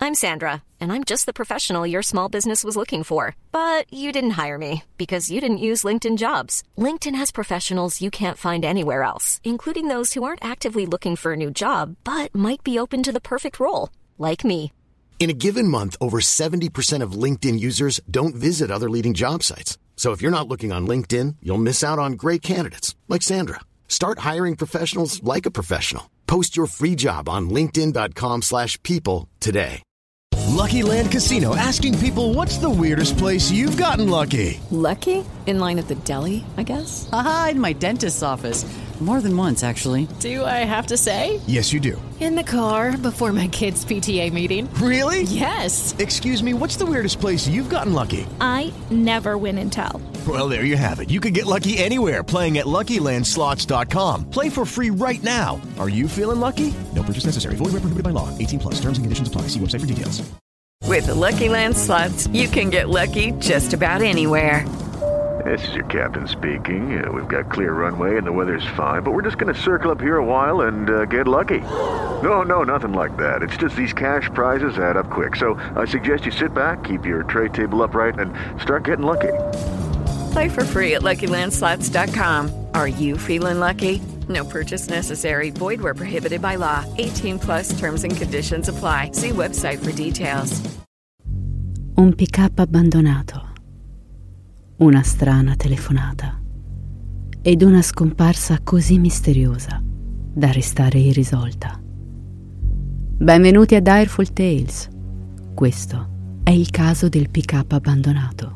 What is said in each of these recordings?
I'm Sandra, and I'm just the professional your small business was looking for. But you didn't hire me because you didn't use LinkedIn Jobs. LinkedIn has professionals you can't find anywhere else, including those who aren't actively looking for a new job, but might be open to the perfect role, like me. In a given month, over 70% of LinkedIn users don't visit other leading job sites. So if you're not looking on LinkedIn, you'll miss out on great candidates like Sandra. Start hiring professionals like a professional. Post your free job on linkedin.com/people today. Lucky Land Casino, asking people, what's the weirdest place you've gotten lucky? Lucky? In line at the deli, I guess? Aha, in my dentist's office. More than once, actually. Do I have to say? Yes, you do. In the car before my kids' PTA meeting. Really? Yes. Excuse me, what's the weirdest place you've gotten lucky? I never win and tell. Well, there you have it. You can get lucky anywhere, playing at LuckyLandSlots.com. Play for free right now. Are you feeling lucky? No purchase necessary. Void where prohibited by law. 18+. Terms and conditions apply. See website for details. With the Lucky Land Slots, you can get lucky just about anywhere. This is your captain speaking. We've got clear runway and the weather's fine, but we're just going to circle up here a while and get lucky. No, nothing like that. It's just these cash prizes add up quick. So I suggest you sit back, keep your tray table upright, and start getting lucky. Play for free at LuckyLandSlots.com. Are you feeling lucky? No purchase necessary. Void where prohibited by law. 18+ terms and conditions apply. See website for details. Un pick-up abbandonato. Una strana telefonata ed una scomparsa così misteriosa da restare irrisolta. Benvenuti a Direful Tales. Questo è il caso del pick-up abbandonato.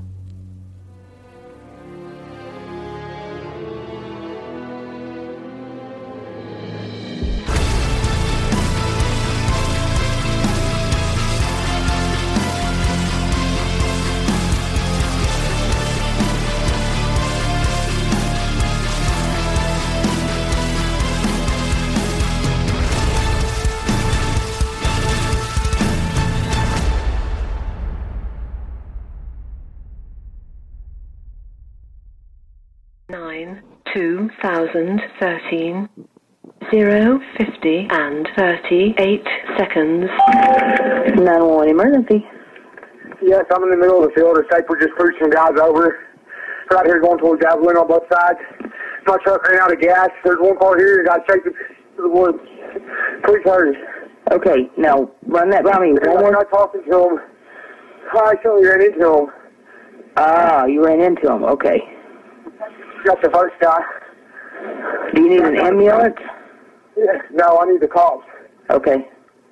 Nine, 2013, 0:50 and 38 seconds. 911 emergency. Yes, I'm in the middle of the field. The Staple just pushed some guys over. Right here going towards Javelin on both sides. My truck ran out of gas. There's one car here and got chased to the woods. Please hurry. Okay, now run that by me. We're not talking to him. I actually ran into him. Ah, you ran into him. Okay. That's the first guy. Do you need an ambulance? Yeah, no, I need the cops. Okay.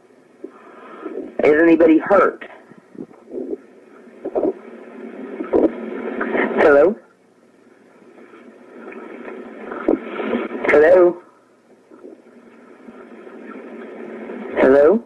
Is anybody hurt? Hello? Hello? Hello?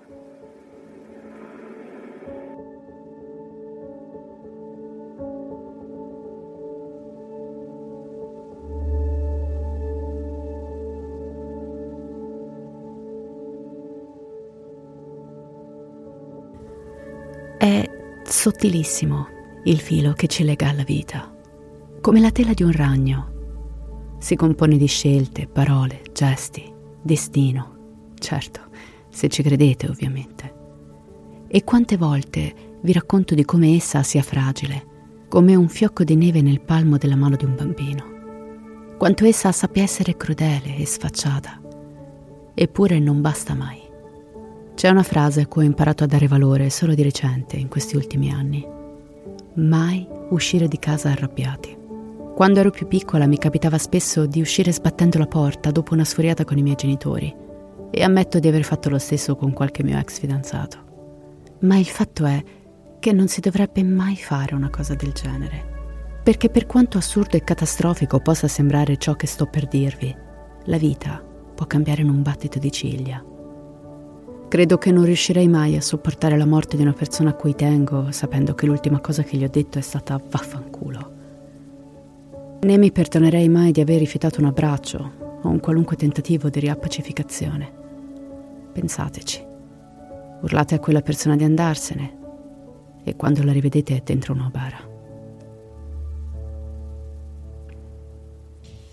È sottilissimo il filo che ci lega alla vita, come la tela di un ragno. Si compone di scelte, parole, gesti, destino, certo, se ci credete ovviamente. E quante volte vi racconto di come essa sia fragile, come un fiocco di neve nel palmo della mano di un bambino. Quanto essa sappia essere crudele e sfacciata. Eppure non basta mai. C'è una frase a cui ho imparato a dare valore solo di recente, in questi ultimi anni. Mai uscire di casa arrabbiati. Quando ero più piccola mi capitava spesso di uscire sbattendo la porta dopo una sfuriata con i miei genitori, e ammetto di aver fatto lo stesso con qualche mio ex fidanzato. Ma il fatto è che non si dovrebbe mai fare una cosa del genere, perché per quanto assurdo e catastrofico possa sembrare ciò che sto per dirvi, la vita può cambiare in un battito di ciglia. Credo che non riuscirei mai a sopportare la morte di una persona a cui tengo, sapendo che l'ultima cosa che gli ho detto è stata vaffanculo. Né mi perdonerei mai di aver rifiutato un abbraccio o un qualunque tentativo di riappacificazione. Pensateci. Urlate a quella persona di andarsene e quando la rivedete è dentro una bara.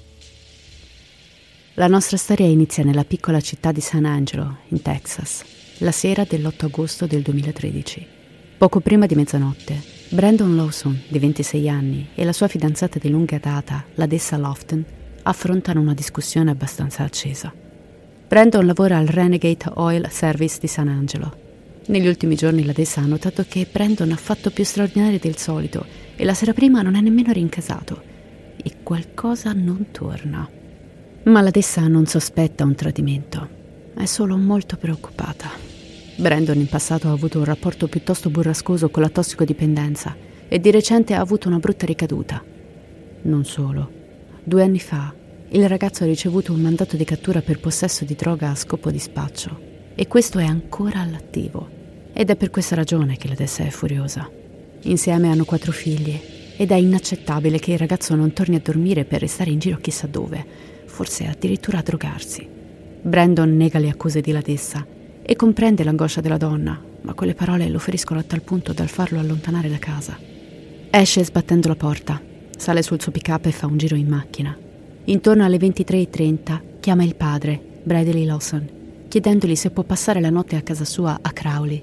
La nostra storia inizia nella piccola città di San Angelo, in Texas, la sera dell'8 agosto del 2013. Poco prima di mezzanotte, Brandon Lawson, di 26 anni, e la sua fidanzata di lunga data, la Dessa Lofton, affrontano una discussione abbastanza accesa. Brandon lavora al Renegade Oil Service di San Angelo. Negli ultimi giorni la Dessa ha notato che Brandon ha fatto più straordinario del solito e la sera prima non è nemmeno rincasato. E qualcosa non torna. Ma la Dessa non sospetta un tradimento. È solo molto preoccupata. Brandon in passato ha avuto un rapporto piuttosto burrascoso con la tossicodipendenza e di recente ha avuto una brutta ricaduta. Non solo. 2 anni fa il ragazzo ha ricevuto un mandato di cattura per possesso di droga a scopo di spaccio e questo è ancora all'attivo. Ed è per questa ragione che la Dessa è furiosa. Insieme hanno 4 figli ed è inaccettabile che il ragazzo non torni a dormire per restare in giro chissà dove, forse addirittura a drogarsi. Brandon nega le accuse di la Dessa e comprende l'angoscia della donna, ma quelle parole lo feriscono a tal punto dal farlo allontanare da casa. Esce sbattendo la porta, sale sul suo pick-up e fa un giro in macchina. Intorno alle 23:30 chiama il padre, Bradley Lawson, chiedendogli se può passare la notte a casa sua a Crowley.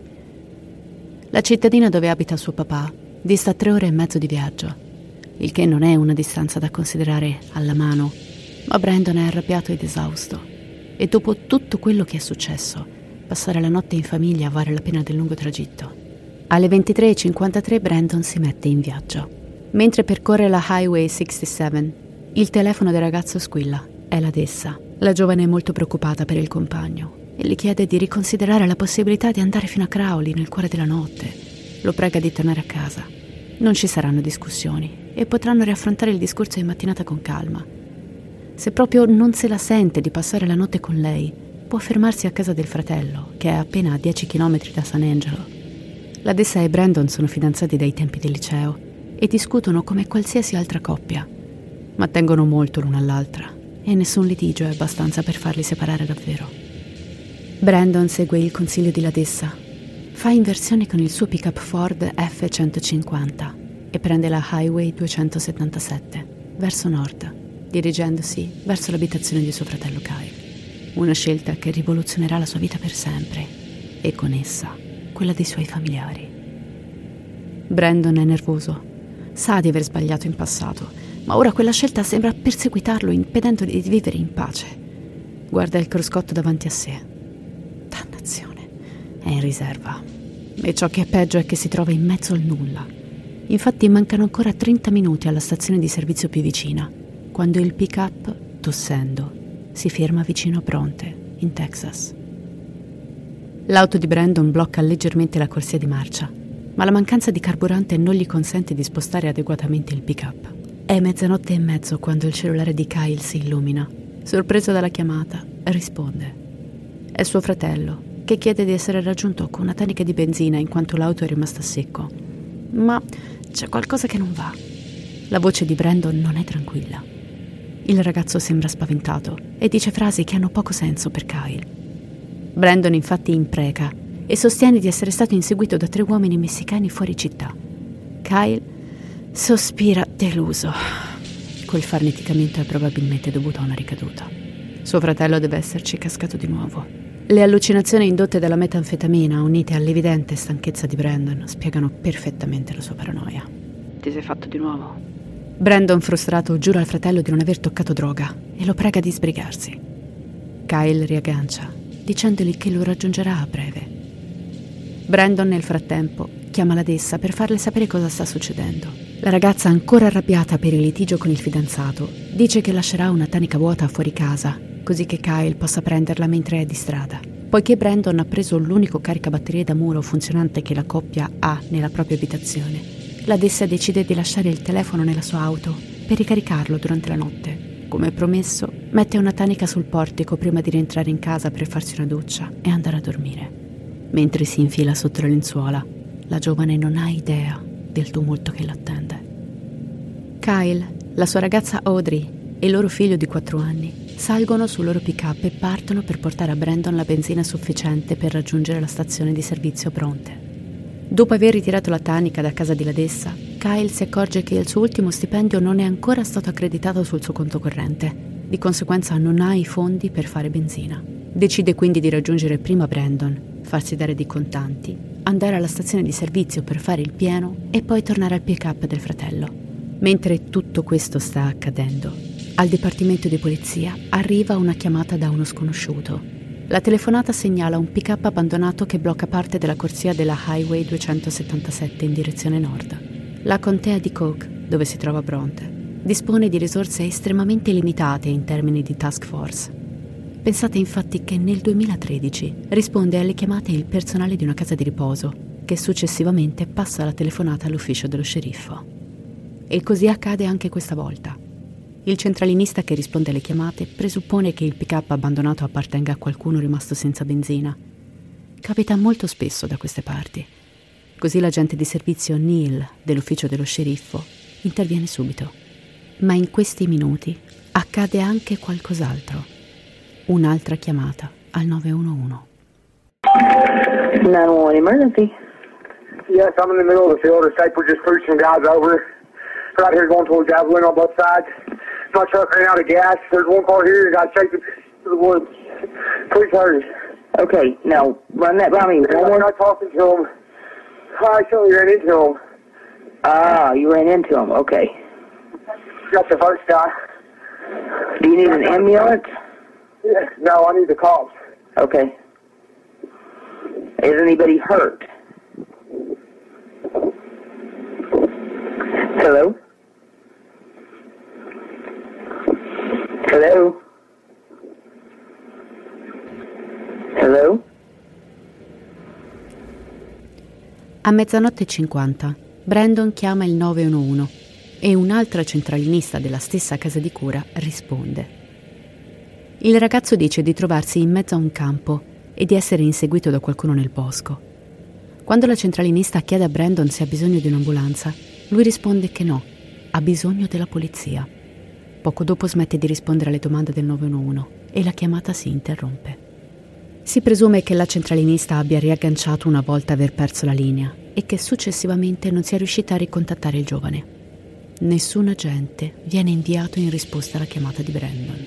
La cittadina dove abita suo papà dista 3 ore e mezzo di viaggio, il che non è una distanza da considerare alla mano, ma Brandon è arrabbiato ed esausto. E dopo tutto quello che è successo, passare la notte in famiglia vale la pena del lungo tragitto. Alle 23:53 Brandon si mette in viaggio. Mentre percorre la Highway 67, il telefono del ragazzo squilla. È la Dessa. La giovane è molto preoccupata per il compagno e gli chiede di riconsiderare la possibilità di andare fino a Crowley nel cuore della notte. Lo prega di tornare a casa. Non ci saranno discussioni e potranno riaffrontare il discorso in mattinata con calma. Se proprio non se la sente di passare la notte con lei, può fermarsi a casa del fratello, che è appena a 10 chilometri da San Angelo. La Dessa e Brandon sono fidanzati dai tempi del liceo e discutono come qualsiasi altra coppia, ma tengono molto l'una all'altra e nessun litigio è abbastanza per farli separare davvero. Brandon segue il consiglio di la Dessa, fa inversione con il suo pick-up Ford F-150 e prende la Highway 277 verso nord, dirigendosi verso l'abitazione di suo fratello Kyle. Una scelta che rivoluzionerà la sua vita per sempre e con essa quella dei suoi familiari. Brandon è nervoso. Sa di aver sbagliato in passato, ma ora quella scelta sembra perseguitarlo, impedendogli di vivere in pace. Guarda il cruscotto davanti a sé. Dannazione, è in riserva. E ciò che è peggio è che si trova in mezzo al nulla. Infatti mancano ancora 30 minuti alla stazione di servizio più vicina, quando il pick-up, tossendo, si ferma vicino a Bronte, in Texas. L'auto di Brandon blocca leggermente la corsia di marcia, ma la mancanza di carburante non gli consente di spostare adeguatamente il pick-up. È 00:30 quando il cellulare di Kyle si illumina. Sorpreso dalla chiamata, risponde. È suo fratello, che chiede di essere raggiunto con una tanica di benzina in quanto l'auto è rimasta a secco. Ma c'è qualcosa che non va. La voce di Brandon non è tranquilla. Il ragazzo sembra spaventato e dice frasi che hanno poco senso per Kyle. Brandon infatti impreca e sostiene di essere stato inseguito da 3 uomini messicani fuori città. Kyle sospira deluso. Quel farneticamento è probabilmente dovuto a una ricaduta. Suo fratello deve esserci cascato di nuovo. Le allucinazioni indotte dalla metanfetamina, unite all'evidente stanchezza di Brandon, spiegano perfettamente la sua paranoia. Ti sei fatto di nuovo? Brandon, frustrato, giura al fratello di non aver toccato droga e lo prega di sbrigarsi. Kyle riaggancia, dicendogli che lo raggiungerà a breve. Brandon nel frattempo chiama la Dessa per farle sapere cosa sta succedendo. La ragazza, ancora arrabbiata per il litigio con il fidanzato, dice che lascerà una tanica vuota fuori casa, così che Kyle possa prenderla mentre è di strada. Poiché Brandon ha preso l'unico caricabatterie da muro funzionante che la coppia ha nella propria abitazione, la Dessa decide di lasciare il telefono nella sua auto per ricaricarlo durante la notte. Come promesso, mette una tanica sul portico prima di rientrare in casa per farsi una doccia e andare a dormire. Mentre si infila sotto le lenzuola, la giovane non ha idea del tumulto che l'attende. Kyle, la sua ragazza Audrey e il loro figlio di 4 anni salgono sul loro pick-up e partono per portare a Brandon la benzina sufficiente per raggiungere la stazione di servizio Bronte. Dopo aver ritirato la tanica da casa di la Dessa, Kyle si accorge che il suo ultimo stipendio non è ancora stato accreditato sul suo conto corrente. Di conseguenza non ha i fondi per fare benzina. Decide quindi di raggiungere prima Brandon, farsi dare dei contanti, andare alla stazione di servizio per fare il pieno e poi tornare al pick-up del fratello. Mentre tutto questo sta accadendo, al dipartimento di polizia arriva una chiamata da uno sconosciuto. La telefonata segnala un pick-up abbandonato che blocca parte della corsia della Highway 277 in direzione nord. La contea di Cook, dove si trova Bronte, dispone di risorse estremamente limitate in termini di task force. Pensate infatti che nel 2013 risponde alle chiamate il personale di una casa di riposo, che successivamente passa la telefonata all'ufficio dello sceriffo. E così accade anche questa volta. Il centralinista che risponde alle chiamate presuppone che il pick-up abbandonato appartenga a qualcuno rimasto senza benzina. Capita molto spesso da queste parti. Così l'agente di servizio Neil dell'ufficio dello sceriffo interviene subito. Ma in questi minuti accade anche qualcos'altro. Un'altra chiamata al 911. 911 emergency. Yes, I'm in the middle of the field. The state just pushed some guys over. Right here going towards Javelin on both sides. My truck ran out of gas. There's one car here. Got chased to the woods. Please hurry. Okay, now run that by me. We're not talking to him. I actually ran into him. Ah, you ran into him. Okay. That's the first guy. Do you need an ambulance? Yeah, no, I need the cops. Okay. Is anybody hurt? Hello? Hello? Hello? A 00:50 Brandon chiama il 911 e un'altra centralinista della stessa casa di cura risponde. Il ragazzo dice di trovarsi in mezzo a un campo e di essere inseguito da qualcuno nel bosco. Quando la centralinista chiede a Brandon se ha bisogno di un'ambulanza, lui risponde che no, ha bisogno della polizia. Poco dopo smette di rispondere alle domande del 911 e la chiamata si interrompe. Si presume che la centralinista abbia riagganciato una volta aver perso la linea e che successivamente non sia riuscita a ricontattare il giovane. Nessun agente viene inviato in risposta alla chiamata di Brandon.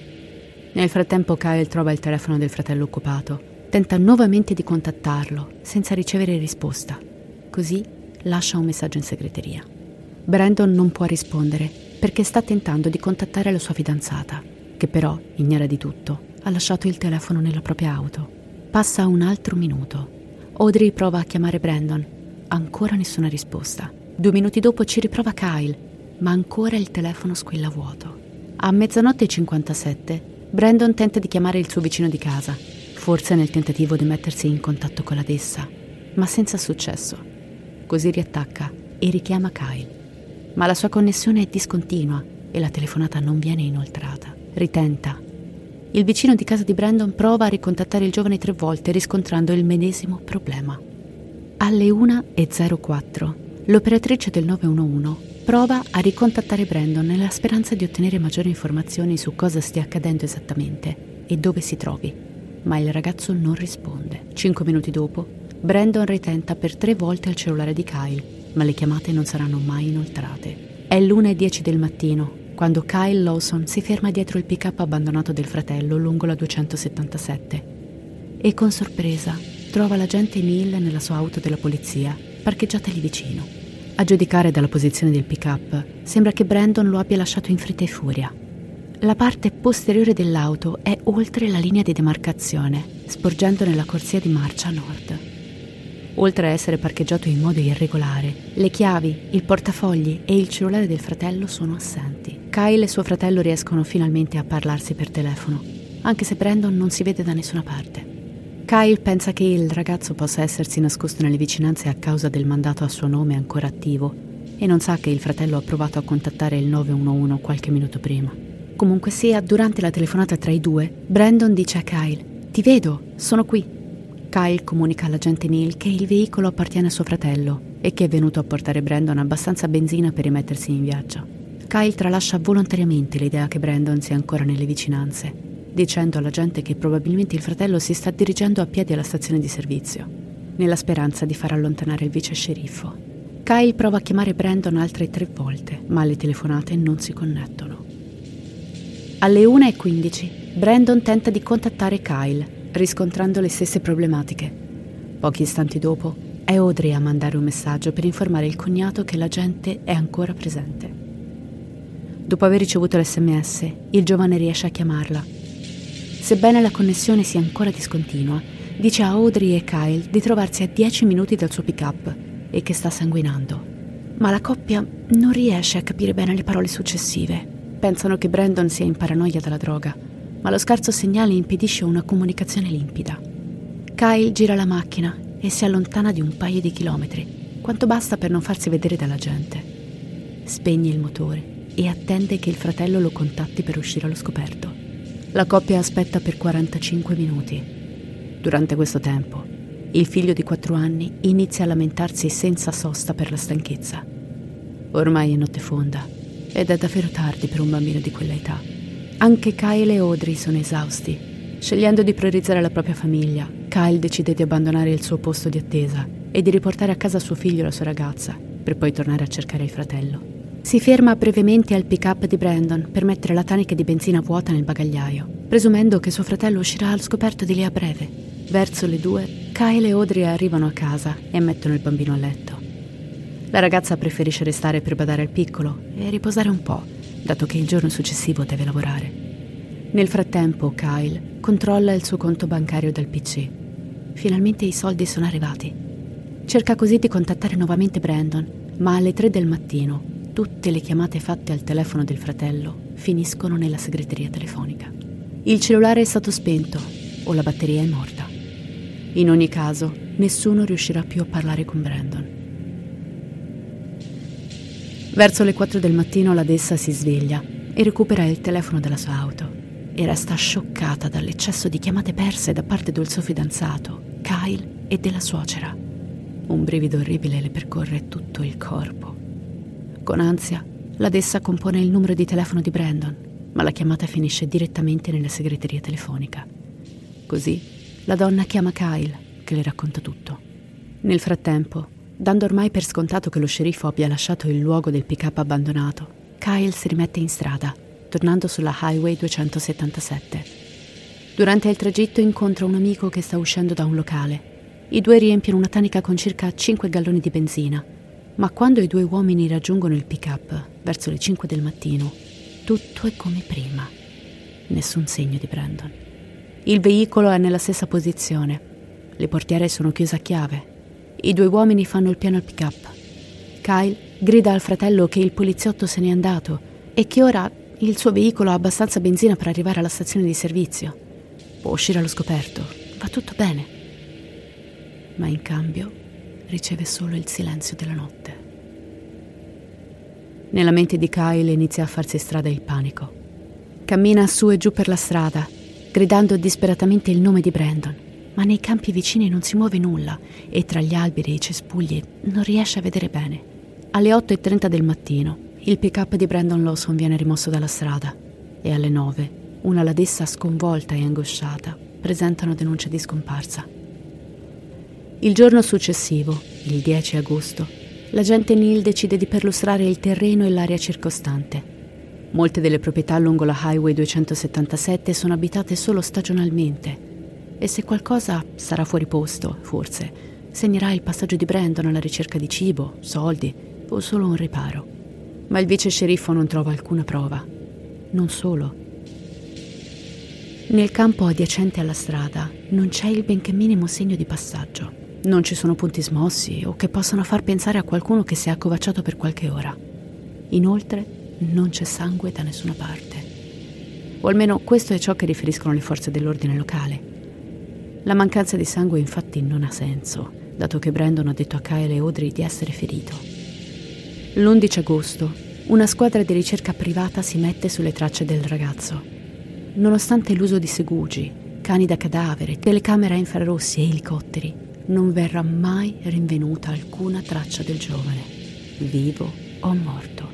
Nel frattempo Kyle trova il telefono del fratello occupato, tenta nuovamente di contattarlo senza ricevere risposta. Così lascia un messaggio in segreteria. Brandon non può rispondere perché sta tentando di contattare la sua fidanzata, che però, ignara di tutto, ha lasciato il telefono nella propria auto. Passa un altro minuto. Audrey prova a chiamare Brandon. Ancora nessuna risposta. 2 minuti dopo ci riprova Kyle, ma ancora il telefono squilla vuoto. A 00:57 Brandon tenta di chiamare il suo vicino di casa, forse nel tentativo di mettersi in contatto con la dessa, ma senza successo. Così riattacca e richiama Kyle. Ma la sua connessione è discontinua e la telefonata non viene inoltrata. Ritenta. Il vicino di casa di Brandon prova a ricontattare il giovane 3 volte, riscontrando il medesimo problema. Alle 1:04 l'operatrice del 911 prova a ricontattare Brandon nella speranza di ottenere maggiori informazioni su cosa stia accadendo esattamente e dove si trovi, ma il ragazzo non risponde. 5 minuti dopo, Brandon ritenta per 3 volte il cellulare di Kyle, ma le chiamate non saranno mai inoltrate. È l'1:10 del mattino, quando Kyle Lawson si ferma dietro il pick-up abbandonato del fratello lungo la 277 e con sorpresa trova l'agente Neil nella sua auto della polizia, parcheggiata lì vicino. A giudicare dalla posizione del pick-up, sembra che Brandon lo abbia lasciato in fretta e furia. La parte posteriore dell'auto è oltre la linea di demarcazione, sporgendo nella corsia di marcia a nord. Oltre a essere parcheggiato in modo irregolare, le chiavi, il portafogli e il cellulare del fratello sono assenti. Kyle e suo fratello riescono finalmente a parlarsi per telefono, anche se Brandon non si vede da nessuna parte. Kyle pensa che il ragazzo possa essersi nascosto nelle vicinanze a causa del mandato a suo nome ancora attivo e non sa che il fratello ha provato a contattare il 911 qualche minuto prima. Comunque sia, durante la telefonata tra i due, Brandon dice a Kyle: «Ti vedo, sono qui». Kyle comunica all'agente Neil che il veicolo appartiene a suo fratello e che è venuto a portare Brandon abbastanza benzina per rimettersi in viaggio. Kyle tralascia volontariamente l'idea che Brandon sia ancora nelle vicinanze, dicendo alla gente che probabilmente il fratello si sta dirigendo a piedi alla stazione di servizio, nella speranza di far allontanare il vice sceriffo. Kyle prova a chiamare Brandon altre 3 volte, ma le telefonate non si connettono. Alle 1:15 Brandon tenta di contattare Kyle, riscontrando le stesse problematiche. Pochi istanti dopo è Audrey a mandare un messaggio per informare il cognato che l'agente è ancora presente. Dopo aver ricevuto l'SMS, il giovane riesce a chiamarla. Sebbene la connessione sia ancora discontinua, dice a Audrey e Kyle di trovarsi a 10 minuti dal suo pick-up e che sta sanguinando. Ma la coppia non riesce a capire bene le parole successive. Pensano che Brandon sia in paranoia dalla droga, ma lo scarso segnale impedisce una comunicazione limpida. Kyle gira la macchina e si allontana di un paio di chilometri, quanto basta per non farsi vedere dalla gente. Spegne il motore e attende che il fratello lo contatti per uscire allo scoperto. La coppia aspetta per 45 minuti. Durante questo tempo, il figlio di 4 anni inizia a lamentarsi senza sosta per la stanchezza. Ormai è notte fonda ed è davvero tardi per un bambino di quella età. Anche Kyle e Audrey sono esausti. Scegliendo di priorizzare la propria famiglia, Kyle decide di abbandonare il suo posto di attesa e di riportare a casa suo figlio e la sua ragazza, per poi tornare a cercare il fratello. Si ferma brevemente al pick-up di Brandon per mettere la tanica di benzina vuota nel bagagliaio, presumendo che suo fratello uscirà allo scoperto di lì a breve. Verso le 2, Kyle e Audrey arrivano a casa e mettono il bambino a letto. La ragazza preferisce restare per badare al piccolo e riposare un po', dato che il giorno successivo deve lavorare. Nel frattempo, Kyle controlla il suo conto bancario dal PC. Finalmente i soldi sono arrivati. Cerca così di contattare nuovamente Brandon, ma alle 3 del mattino tutte le chiamate fatte al telefono del fratello finiscono nella segreteria telefonica. Il cellulare è stato spento o la batteria è morta. In ogni caso, nessuno riuscirà più a parlare con Brandon. Verso le 4 del mattino la Dessa si sveglia e recupera il telefono della sua auto e resta scioccata dall'eccesso di chiamate perse da parte del suo fidanzato, Kyle, e della suocera. Un brivido orribile le percorre tutto il corpo. Con ansia, la Dessa compone il numero di telefono di Brandon, ma la chiamata finisce direttamente nella segreteria telefonica. Così, la donna chiama Kyle, che le racconta tutto. Nel frattempo, dando ormai per scontato che lo sceriffo abbia lasciato il luogo del pick-up abbandonato, Kyle si rimette in strada, tornando sulla Highway 277. Durante il tragitto incontra un amico che sta uscendo da un locale. I due riempiono una tanica con circa 5 galloni di benzina, ma quando i due uomini raggiungono il pick-up, verso le 5 del mattino, tutto è come prima. Nessun segno di Brandon. Il veicolo è nella stessa posizione. Le portiere sono chiuse a chiave. I due uomini fanno il piano al pick-up. Kyle grida al fratello che il poliziotto se n'è andato e che ora il suo veicolo ha abbastanza benzina per arrivare alla stazione di servizio. Può uscire allo scoperto. Va tutto bene. Ma in cambio riceve solo il silenzio della notte. Nella mente di Kyle inizia a farsi strada il panico. Cammina su e giù per la strada, gridando disperatamente il nome di Brandon, ma nei campi vicini non si muove nulla e tra gli alberi e i cespugli non riesce a vedere bene. Alle 8:30 del mattino il pick-up di Brandon Lawson viene rimosso dalla strada e alle 9 una ladessa sconvolta e angosciata presentano denuncia di scomparsa. Il giorno successivo, il 10 agosto, l'agente Neal decide di perlustrare il terreno e l'area circostante. Molte delle proprietà lungo la Highway 277 sono abitate solo stagionalmente e se qualcosa sarà fuori posto, forse, segnerà il passaggio di Brandon alla ricerca di cibo, soldi o solo un riparo. Ma il vice sceriffo non trova alcuna prova. Non solo. Nel campo adiacente alla strada non c'è il benché minimo segno di passaggio. Non ci sono punti smossi o che possano far pensare a qualcuno che si è accovacciato per qualche ora. Inoltre, non c'è sangue da nessuna parte. O almeno questo è ciò che riferiscono le forze dell'ordine locale. La mancanza di sangue infatti non ha senso, dato che Brandon ha detto a Kyle e Audrey di essere ferito. L'11 agosto, una squadra di ricerca privata si mette sulle tracce del ragazzo. Nonostante l'uso di segugi, cani da cadavere, telecamere a infrarossi e elicotteri, non verrà mai rinvenuta alcuna traccia del giovane, vivo o morto.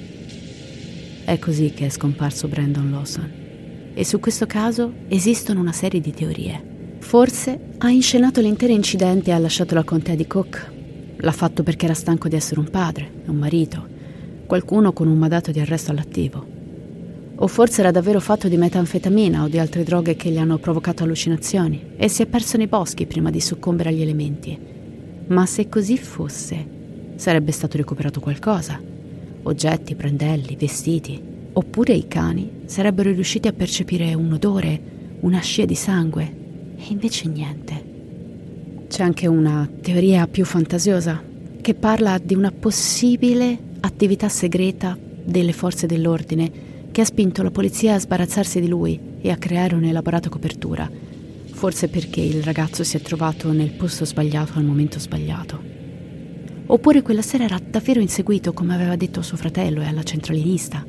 È così che è scomparso Brandon Lawson. E su questo caso esistono una serie di teorie. Forse ha inscenato l'intero incidente e ha lasciato la contea di Cook. L'ha fatto perché era stanco di essere un padre, un marito, qualcuno con un mandato di arresto all'attivo. O forse era davvero fatto di metanfetamina o di altre droghe che gli hanno provocato allucinazioni e si è perso nei boschi prima di soccombere agli elementi. Ma se così fosse, sarebbe stato recuperato qualcosa. Oggetti, prendelli, vestiti. Oppure i cani sarebbero riusciti a percepire un odore, una scia di sangue. E invece niente. C'è anche una teoria più fantasiosa che parla di una possibile attività segreta delle forze dell'ordine che ha spinto la polizia a sbarazzarsi di lui e a creare un'elaborata copertura, forse perché il ragazzo si è trovato nel posto sbagliato al momento sbagliato. Oppure quella sera era davvero inseguito, come aveva detto suo fratello e alla centralinista.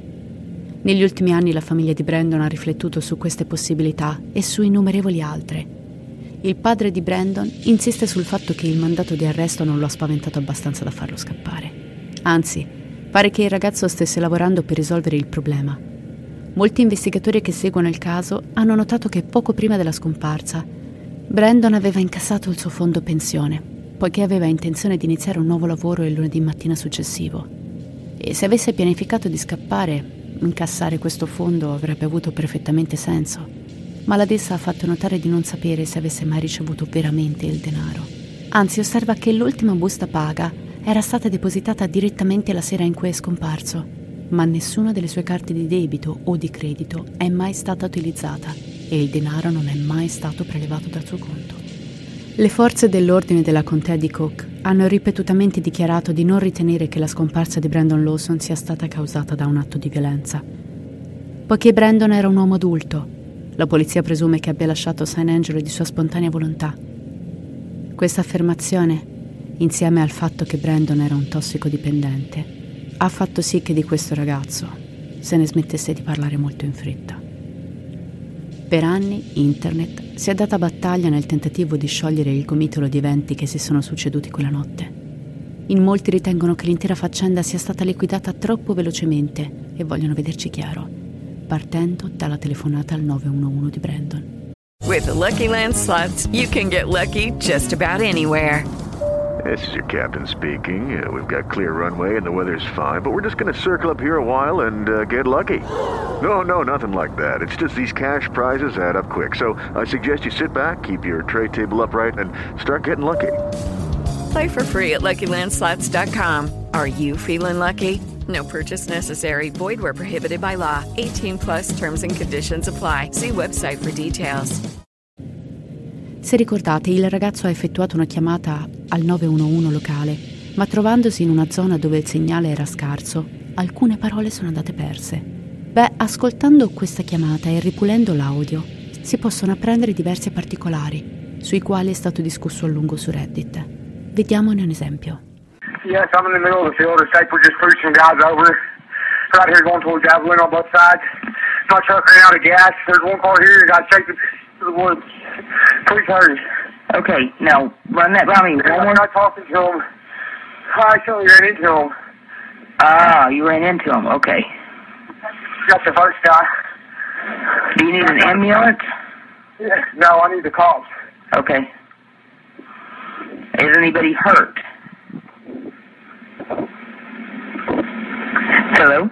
Negli ultimi anni la famiglia di Brandon ha riflettuto su queste possibilità e su innumerevoli altre. Il padre di Brandon insiste sul fatto che il mandato di arresto non lo ha spaventato abbastanza da farlo scappare. Anzi, pare che il ragazzo stesse lavorando per risolvere il problema. Molti investigatori che seguono il caso hanno notato che poco prima della scomparsa Brandon aveva incassato il suo fondo pensione, poiché aveva intenzione di iniziare un nuovo lavoro il lunedì mattina successivo. E se avesse pianificato di scappare, incassare questo fondo avrebbe avuto perfettamente senso. Ma la Dessa ha fatto notare di non sapere se avesse mai ricevuto veramente il denaro. Anzi, osserva che l'ultima busta paga era stata depositata direttamente la sera in cui è scomparso, ma nessuna delle sue carte di debito o di credito è mai stata utilizzata e il denaro non è mai stato prelevato dal suo conto. Le forze dell'ordine della contea di Cook hanno ripetutamente dichiarato di non ritenere che la scomparsa di Brandon Lawson sia stata causata da un atto di violenza. Poiché Brandon era un uomo adulto, la polizia presume che abbia lasciato San Angelo di sua spontanea volontà. Questa affermazione, insieme al fatto che Brandon era un tossicodipendente, ha fatto sì che di questo ragazzo se ne smettesse di parlare molto in fretta. Per anni Internet si è data battaglia nel tentativo di sciogliere il gomitolo di eventi che si sono succeduti quella notte. In molti ritengono che l'intera faccenda sia stata liquidata troppo velocemente e vogliono vederci chiaro, partendo dalla telefonata al 911 di Brandon. With the Lucky Land Slots, you can get lucky just about anywhere. This is your captain speaking. We've got clear runway and the weather's fine, but we're just going to circle up here a while and get lucky. No, nothing like that. It's just these cash prizes add up quick. So I suggest you sit back, keep your tray table upright, and start getting lucky. Play for free at LuckyLandSlots.com. Are you feeling lucky? No purchase necessary. Void where prohibited by law. 18 plus terms and conditions apply. See website for details. Se ricordate, il ragazzo ha effettuato una chiamata al 911 locale, ma trovandosi in una zona dove il segnale era scarso, alcune parole sono andate perse. Ascoltando questa chiamata e ripulendo l'audio, si possono apprendere diversi particolari, sui quali è stato discusso a lungo su Reddit. Vediamone un esempio. Yes, I'm in the middle of the field. It's like we're just pushing guys over. Right here going towards Javelin on both sides. My truck ran out of gas. There's one car here. Got shaken to the woods. Please hurry. Okay, now run that by me. I'm not talking to him. I actually ran into him. Ah, you ran into him. Okay. That's the first guy. Do you need an ambulance? Yeah, no, I need the cops. Okay. Is anybody hurt? Hello?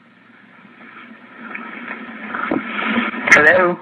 Hello?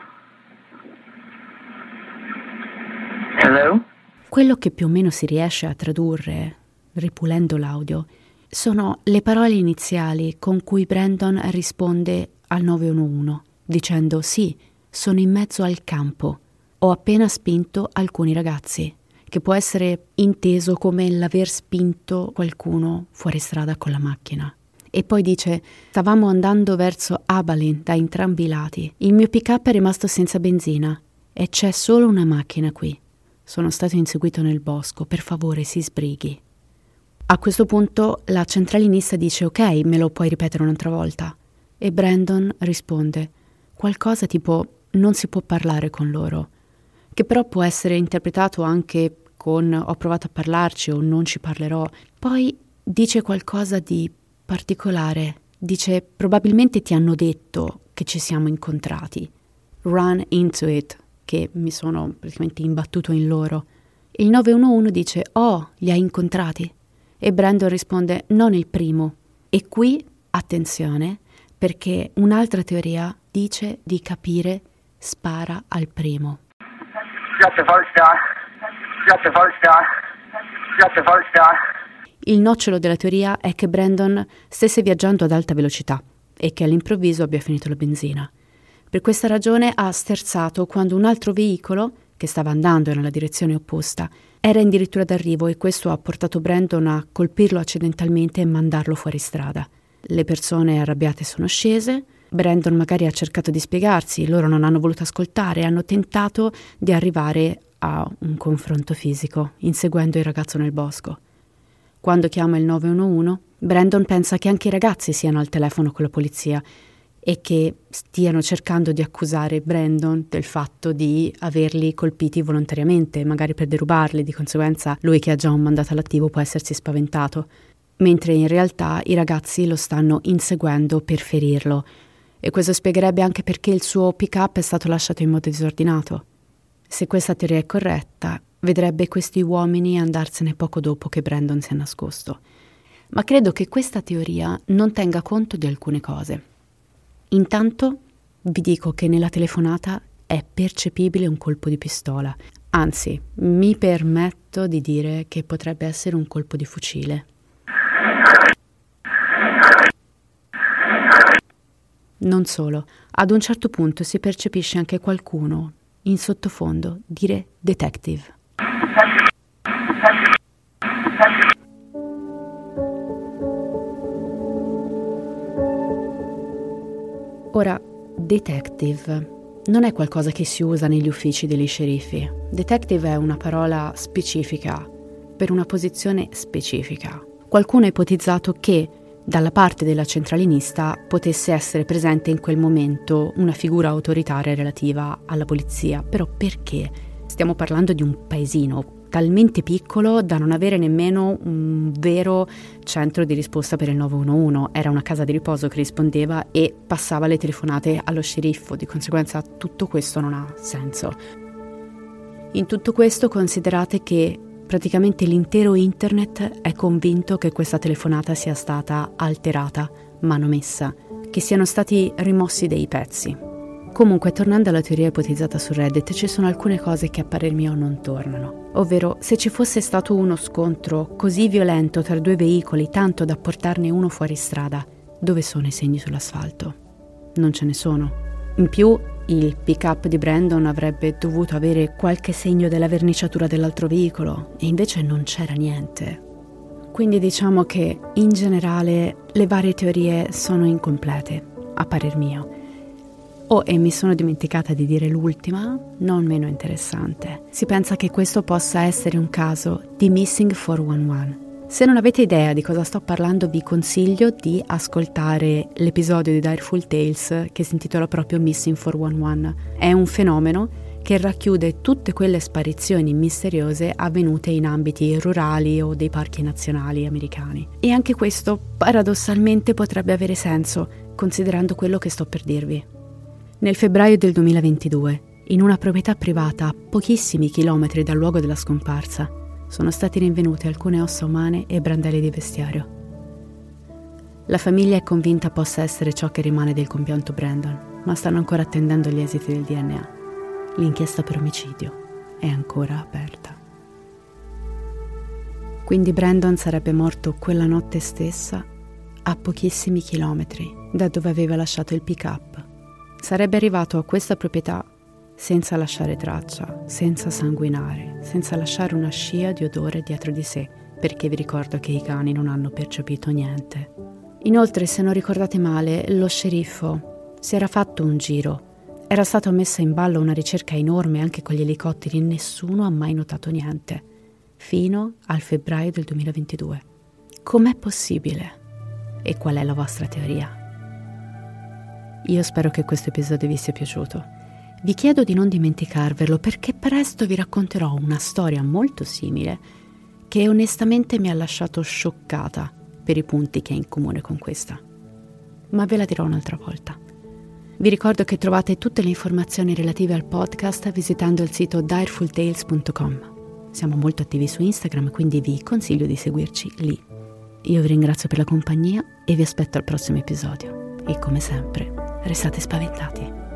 Hello? Quello che più o meno si riesce a tradurre, ripulendo l'audio, sono le parole iniziali con cui Brandon risponde al 911, dicendo «Sì, sono in mezzo al campo, ho appena spinto alcuni ragazzi», che può essere inteso come l'aver spinto qualcuno fuori strada con la macchina. E poi dice «Stavamo andando verso Abilene da entrambi i lati, il mio pick-up è rimasto senza benzina e c'è solo una macchina qui. Sono stato inseguito nel bosco, per favore si sbrighi». A questo punto la centralinista dice «Ok, me lo puoi ripetere un'altra volta?» E Brandon risponde qualcosa tipo «Non si può parlare con loro», che però può essere interpretato anche con «ho provato a parlarci» o «non ci parlerò». Poi dice qualcosa di particolare, dice «probabilmente ti hanno detto che ci siamo incontrati». Run into it, che mi sono praticamente imbattuto in loro. Il 911 dice «Oh, li hai incontrati?» E Brandon risponde «Non il primo». E qui, attenzione, perché un'altra teoria dice di capire spara al primo. Got the first star. Got the first star. Got the first star. Il nocciolo della teoria è che Brandon stesse viaggiando ad alta velocità e che all'improvviso abbia finito la benzina. Per questa ragione ha sterzato quando un altro veicolo, che stava andando nella direzione opposta, era addirittura d'arrivo, e questo ha portato Brandon a colpirlo accidentalmente e mandarlo fuori strada. Le persone arrabbiate sono scese, Brandon magari ha cercato di spiegarsi, loro non hanno voluto ascoltare e hanno tentato di arrivare a un confronto fisico, inseguendo il ragazzo nel bosco. Quando chiama il 911, Brandon pensa che anche i ragazzi siano al telefono con la polizia e che stiano cercando di accusare Brandon del fatto di averli colpiti volontariamente, magari per derubarli. Di conseguenza lui, che ha già un mandato all'attivo, può essersi spaventato, mentre in realtà i ragazzi lo stanno inseguendo per ferirlo, e questo spiegherebbe anche perché il suo pick-up è stato lasciato in modo disordinato. Se questa teoria è corretta, vedrebbe questi uomini andarsene poco dopo che Brandon si è nascosto. Ma credo che questa teoria non tenga conto di alcune cose. Intanto vi dico che nella telefonata è percepibile un colpo di pistola. Anzi, mi permetto di dire che potrebbe essere un colpo di fucile. Non solo, ad un certo punto si percepisce anche qualcuno in sottofondo dire detective. Ora, detective non è qualcosa che si usa negli uffici degli sceriffi. Detective è una parola specifica per una posizione specifica. Qualcuno ha ipotizzato che dalla parte della centralinista potesse essere presente in quel momento una figura autoritaria relativa alla polizia. Però perché? Stiamo parlando di un paesino talmente piccolo da non avere nemmeno un vero centro di risposta per il 911. Era una casa di riposo che rispondeva e passava le telefonate allo sceriffo, di conseguenza tutto questo non ha senso. In tutto questo considerate che praticamente l'intero internet è convinto che questa telefonata sia stata alterata, manomessa, che siano stati rimossi dei pezzi. Comunque, tornando alla teoria ipotizzata su Reddit, ci sono alcune cose che a parer mio non tornano. Ovvero, se ci fosse stato uno scontro così violento tra due veicoli, tanto da portarne uno fuori strada, dove sono i segni sull'asfalto? Non ce ne sono. In più, il pick-up di Brandon avrebbe dovuto avere qualche segno della verniciatura dell'altro veicolo, e invece non c'era niente. Quindi diciamo che, in generale, le varie teorie sono incomplete, a parer mio. Oh, e mi sono dimenticata di dire l'ultima, non meno interessante. Si pensa che questo possa essere un caso di Missing 411. Se non avete idea di cosa sto parlando, vi consiglio di ascoltare l'episodio di Direful Tales che si intitola proprio Missing 411. È un fenomeno che racchiude tutte quelle sparizioni misteriose avvenute in ambiti rurali o dei parchi nazionali americani. E anche questo, paradossalmente, potrebbe avere senso, considerando quello che sto per dirvi. Nel febbraio del 2022, in una proprietà privata a pochissimi chilometri dal luogo della scomparsa, sono stati rinvenute alcune ossa umane e brandelli di vestiario. La famiglia è convinta possa essere ciò che rimane del compianto Brandon, ma stanno ancora attendendo gli esiti del DNA. L'inchiesta per omicidio è ancora aperta. Quindi Brandon sarebbe morto quella notte stessa, a pochissimi chilometri da dove aveva lasciato il pick-up. Sarebbe arrivato a questa proprietà senza lasciare traccia, senza sanguinare, senza lasciare una scia di odore dietro di sé, perché vi ricordo che i cani non hanno percepito niente. Inoltre, se non ricordate male, lo sceriffo si era fatto un giro. Era stata messa in ballo una ricerca enorme anche con gli elicotteri e nessuno ha mai notato niente, fino al febbraio del 2022. Com'è possibile? E qual è la vostra teoria? Io spero che questo episodio vi sia piaciuto. Vi chiedo di non dimenticarvelo, perché presto vi racconterò una storia molto simile che onestamente mi ha lasciato scioccata per i punti che ha in comune con questa. Ma ve la dirò un'altra volta. Vi ricordo che trovate tutte le informazioni relative al podcast visitando il sito direfultales.com. Siamo molto attivi su Instagram, quindi vi consiglio di seguirci lì. Io vi ringrazio per la compagnia e vi aspetto al prossimo episodio. e come sempre restate spaventati.